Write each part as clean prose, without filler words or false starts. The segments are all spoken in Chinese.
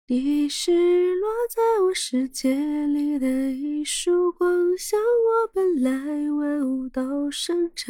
你是落在我世界里的一束光，像我本来万物都生长。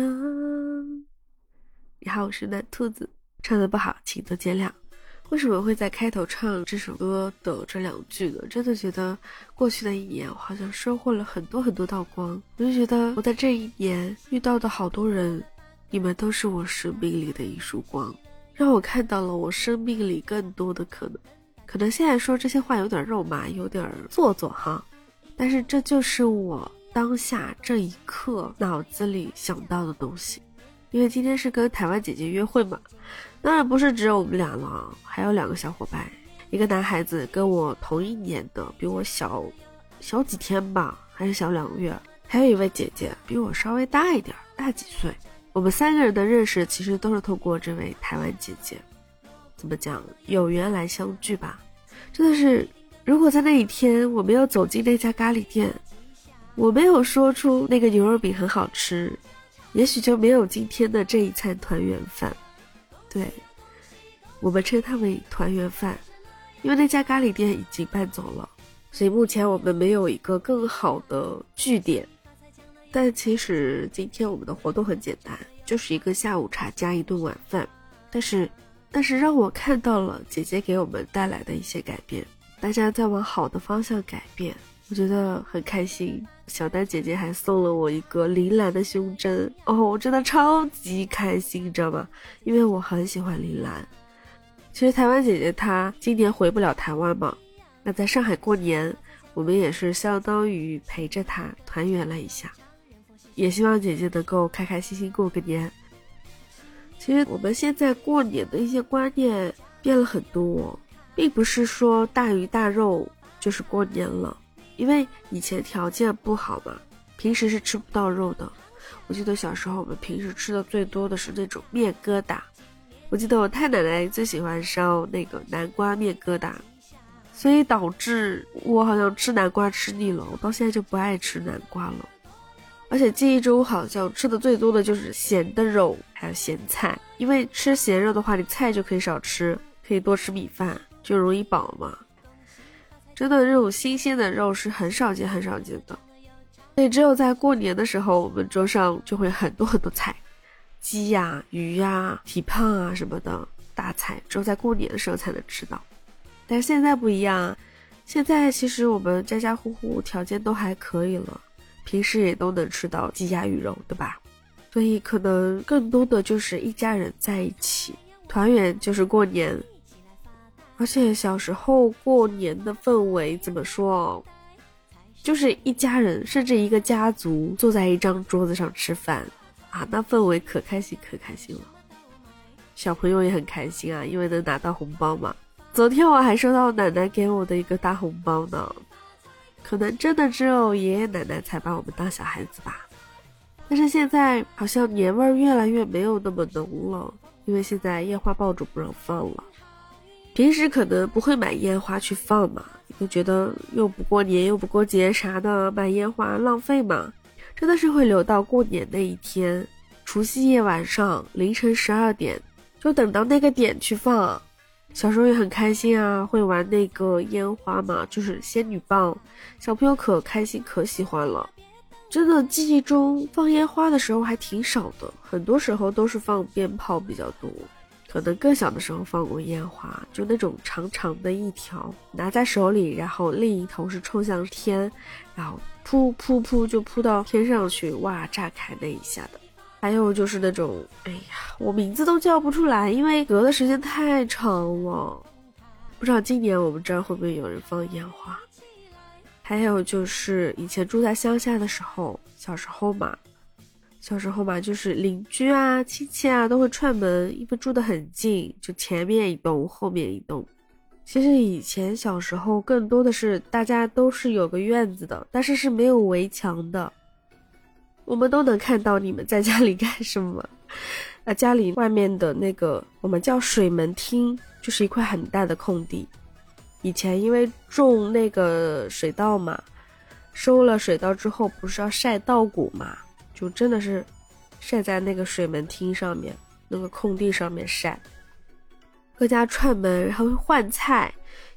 你好，我是男兔子，唱得不好请多见谅。为什么会在开头唱这首歌的这两句呢？真的觉得过去的一年我好像收获了很多很多道光，我就觉得我在这一年遇到的好多人，你们都是我生命里的一束光，让我看到了我生命里更多的可能。可能现在说这些话有点肉麻，有点做作哈，但是这就是我当下这一刻脑子里想到的东西。因为今天是跟台湾姐姐约会嘛，当然不是只有我们俩了，还有两个小伙伴，一个男孩子跟我同一年的，比我小几天吧，还是小2个月，还有一位姐姐比我稍微大一点，大几岁。我们3个人的认识其实都是通过这位台湾姐姐，怎么讲，有缘来相聚吧。真的是，如果在那一天我没有走进那家咖喱店，我没有说出那个牛肉饼很好吃，也许就没有今天的这一餐团圆饭。对，我们称它为团圆饭，因为那家咖喱店已经搬走了，所以目前我们没有一个更好的据点。但其实今天我们的活动很简单，就是一个下午茶加一顿晚饭，但是让我看到了姐姐给我们带来的一些改变，大家在往好的方向改变，我觉得很开心。小丹姐姐还送了我一个铃兰的胸针，我真的超级开心，你知道吗？因为我很喜欢铃兰。其实台湾姐姐她今年回不了台湾嘛，那在上海过年，我们也是相当于陪着她团圆了一下，也希望姐姐能够开开心心过个年。其实我们现在过年的一些观念变了很多，并不是说大鱼大肉就是过年了，因为以前条件不好嘛，平时是吃不到肉的。我记得小时候我们平时吃的最多的是那种面疙瘩，我记得我太奶奶最喜欢烧那个南瓜面疙瘩，所以导致我好像吃南瓜吃腻了，我到现在就不爱吃南瓜了。而且记忆中好像吃的最多的就是咸的肉还有咸菜，因为吃咸肉的话你菜就可以少吃，可以多吃米饭，就容易饱嘛。真的这种新鲜的肉是很少见很少见的，所以只有在过年的时候我们桌上就会很多很多菜，鸡呀鱼呀蹄膀啊什么的大菜，只有在过年的时候才能吃到。但是现在不一样，现在其实我们家家户户条件都还可以了，平时也都能吃到鸡鸭鱼肉，对吧？所以可能更多的就是一家人在一起团圆，就是过年。而且小时候过年的氛围怎么说，就是一家人甚至一个家族坐在一张桌子上吃饭啊，那氛围可开心可开心了。小朋友也很开心啊，因为能拿到红包嘛。昨天我还收到奶奶给我的一个大红包呢，可能真的只有爷爷奶奶才把我们当小孩子吧。但是现在好像年味儿越来越没有那么浓了，因为现在烟花爆竹不让放了。平时可能不会买烟花去放嘛，就觉得又不过年又不过节啥的，买烟花浪费嘛。真的是会留到过年那一天，除夕夜晚上凌晨12点，就等到那个点去放。小时候也很开心啊，会玩那个烟花嘛，就是仙女棒，小朋友可开心可喜欢了。真的记忆中放烟花的时候还挺少的，很多时候都是放鞭炮比较多。可能更小的时候放过烟花，就那种长长的一条拿在手里，然后另一头是冲向天，然后噗噗噗就扑到天上去，哇，炸开那一下的。还有就是那种，哎呀，我名字都叫不出来，因为隔的时间太长了。不知道今年我们这儿会不会有人放烟花。还有就是以前住在乡下的时候，小时候嘛，就是邻居啊亲戚啊都会串门，因为住得很近，就前面一栋后面一栋。其实以前小时候更多的是大家都是有个院子的，但是是没有围墙的，我们都能看到你们在家里干什么。家里外面的那个我们叫水门厅，就是一块很大的空地。以前因为种那个水稻嘛，收了水稻之后不是要晒稻谷嘛，就真的是晒在那个水门厅上面，那个空地上面晒。各家串门，然后换菜，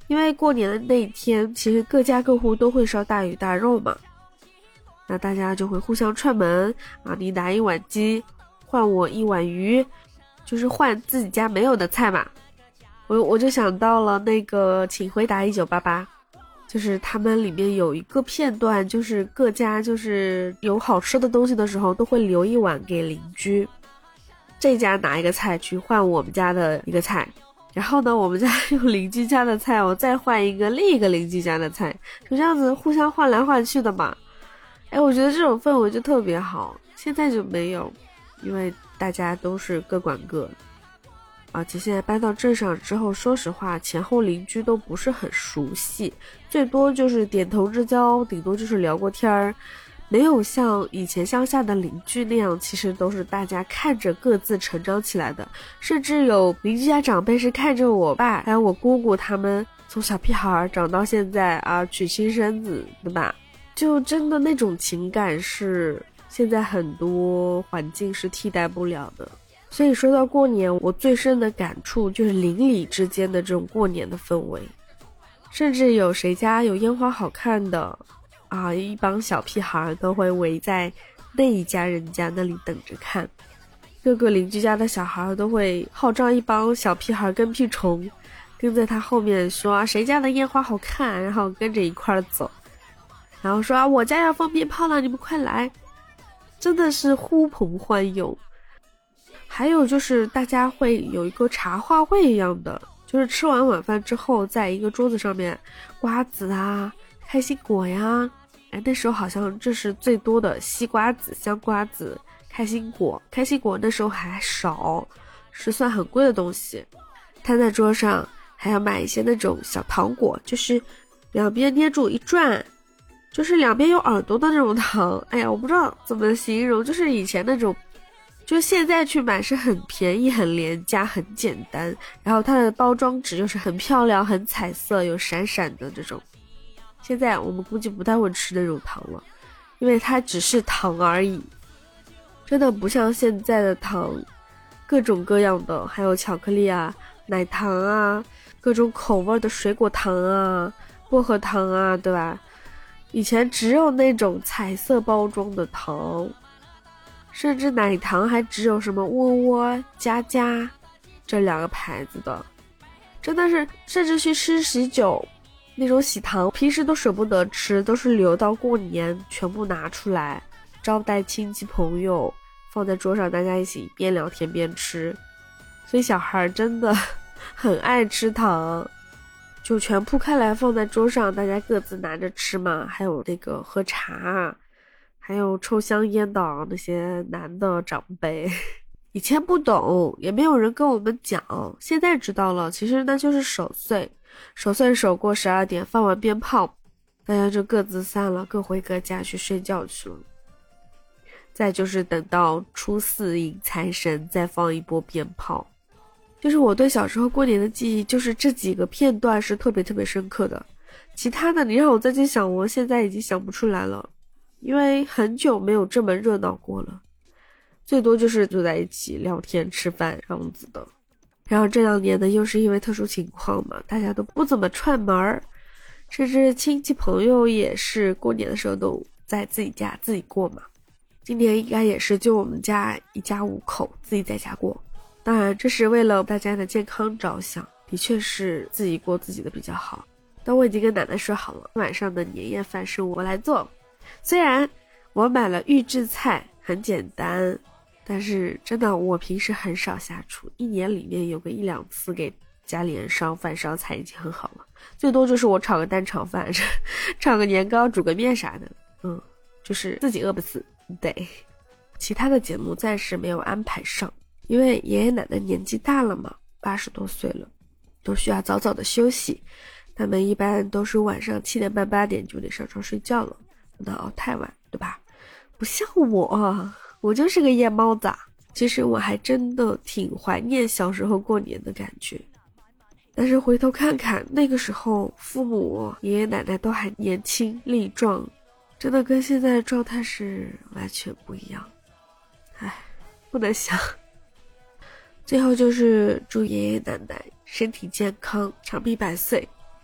因为过年的那一天，其实各家各户都会烧大鱼大肉嘛，那大家就会互相串门啊，你拿一碗鸡，换我一碗鱼，就是换自己家没有的菜嘛。我就想到了那个请回答1988，就是他们里面有一个片段，就是各家就是有好吃的东西的时候都会留一碗给邻居，这家拿一个菜去换我们家的一个菜，然后呢我们家用邻居家的菜，我再换一个另一个邻居家的菜，就这样子互相换来换去的嘛。我觉得这种氛围就特别好，现在就没有，因为大家都是各管各的。而且现在搬到镇上之后，说实话前后邻居都不是很熟悉，最多就是点头之交，顶多就是聊过天儿，没有像以前乡下的邻居那样，其实都是大家看着各自成长起来的，甚至有邻居家长辈是看着我爸还有我姑姑他们从小屁孩长到现在啊，娶亲生子，对吧？就真的那种情感是现在很多环境是替代不了的。所以说到过年，我最深的感触就是邻里之间的这种过年的氛围，甚至有谁家有烟花好看的啊，一帮小屁孩都会围在那一家人家那里等着看，各个邻居家的小孩都会号召一帮小屁孩跟屁虫跟在他后面说谁家的烟花好看，然后跟着一块儿走，然后说我家要放鞭炮了，你们快来，真的是呼朋唤友。还有就是大家会有一个茶话会一样的，就是吃完晚饭之后在一个桌子上面瓜子啊开心果呀，那时候好像这是最多的，西瓜子香瓜子开心果那时候还少，是算很贵的东西，摊在桌上，还要买一些那种小糖果，就是两边捏住一转，就是两边有耳朵的那种糖，我不知道怎么形容，就是以前那种，就现在去买是很便宜很廉价很简单，然后它的包装纸又是很漂亮很彩色有闪闪的这种，现在我们估计不太会吃那种糖了，因为它只是糖而已，真的不像现在的糖各种各样的，还有巧克力啊奶糖啊各种口味的水果糖啊薄荷糖啊，对吧？以前只有那种彩色包装的糖，甚至奶糖还只有什么窝窝佳佳这两个牌子的，真的是甚至去吃喜酒那种喜糖平时都舍不得吃，都是留到过年全部拿出来招待亲戚朋友，放在桌上大家一起边聊天边吃，所以小孩真的很爱吃糖，就全铺开来放在桌上，大家各自拿着吃嘛，还有那个喝茶，还有抽香烟的那些男的长辈，以前不懂也没有人跟我们讲，现在知道了，其实那就是守岁守过12点，放完鞭炮大家就各自散了，各回各家去睡觉去了，再就是等到初4迎财神再放一波鞭炮。就是我对小时候过年的记忆就是这几个片段是特别特别深刻的，其他的你让我再去想，我现在已经想不出来了，因为很久没有这么热闹过了，最多就是坐在一起聊天吃饭这样子的。然后这2年呢又是因为特殊情况嘛，大家都不怎么串门，甚至亲戚朋友也是过年的时候都在自己家自己过嘛，今年应该也是就我们家一家5口自己在家过，当然这是为了大家的健康着想，的确是自己过自己的比较好。但我已经跟奶奶说好了，晚上的年夜饭是我来做，虽然我买了预制菜很简单，但是真的我平时很少下厨，一年里面有个1、2次给家里人烧饭烧菜已经很好了，最多就是我炒个蛋炒饭炒个年糕煮个面啥的，就是自己饿不死。对，其他的节目暂时没有安排上，因为爷爷奶奶年纪大了嘛，80多岁了，都需要早早的休息，他们一般都是晚上7点半8点就得上床睡觉了，不能熬太晚，对吧？不像我就是个夜猫子，其实我还真的挺怀念小时候过年的感觉，但是回头看看那个时候父母爷爷奶奶都还年轻力壮，真的跟现在的状态是完全不一样，不能想。最后就是祝爷爷奶奶身体健康长命百岁，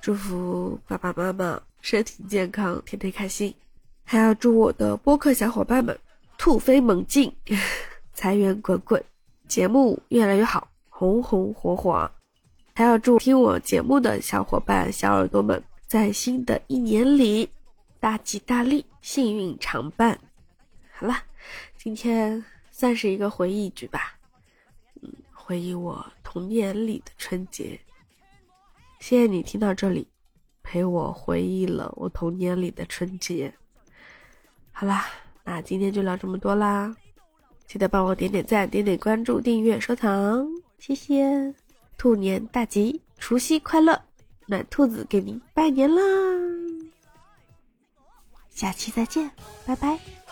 祝福爸爸妈妈身体健康，天天开心。还要祝我的播客小伙伴们突飞猛进，财源滚滚，节目越来越好，红红火火。还要祝听我节目的小伙伴小耳朵们在新的一年里大吉大利，幸运常伴。好了，今天算是一个回忆局吧，回忆我童年里的春节。谢谢你听到这里，陪我回忆了我童年里的春节。好啦，那今天就聊这么多啦，记得帮我点点赞，点点关注，订阅收藏，谢谢。兔年大吉，除夕快乐，暖兔子给您拜年啦！下期再见，拜拜。